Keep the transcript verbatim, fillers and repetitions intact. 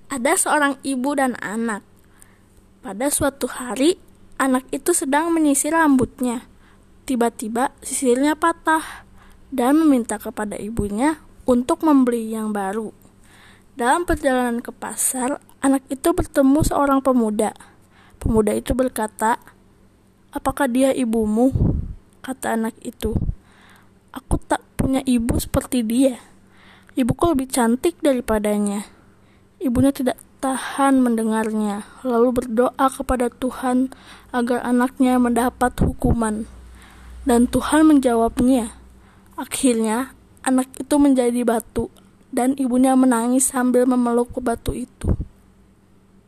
Ada seorang ibu dan anak. Pada suatu hari, anak itu sedang menyisir rambutnya. Tiba-tiba sisirnya patah dan meminta kepada ibunya untuk membeli yang baru. Dalam perjalanan ke pasar, anak itu bertemu seorang pemuda. Pemuda itu berkata, "Apakah dia ibumu?" Kata anak itu, "Aku tak punya ibu seperti dia. Ibuku lebih cantik daripadanya." Ibunya tidak tahan mendengarnya, lalu berdoa kepada Tuhan agar anaknya mendapat hukuman. Dan Tuhan menjawabnya. Akhirnya, anak itu menjadi batu, dan ibunya menangis sambil memeluk batu itu.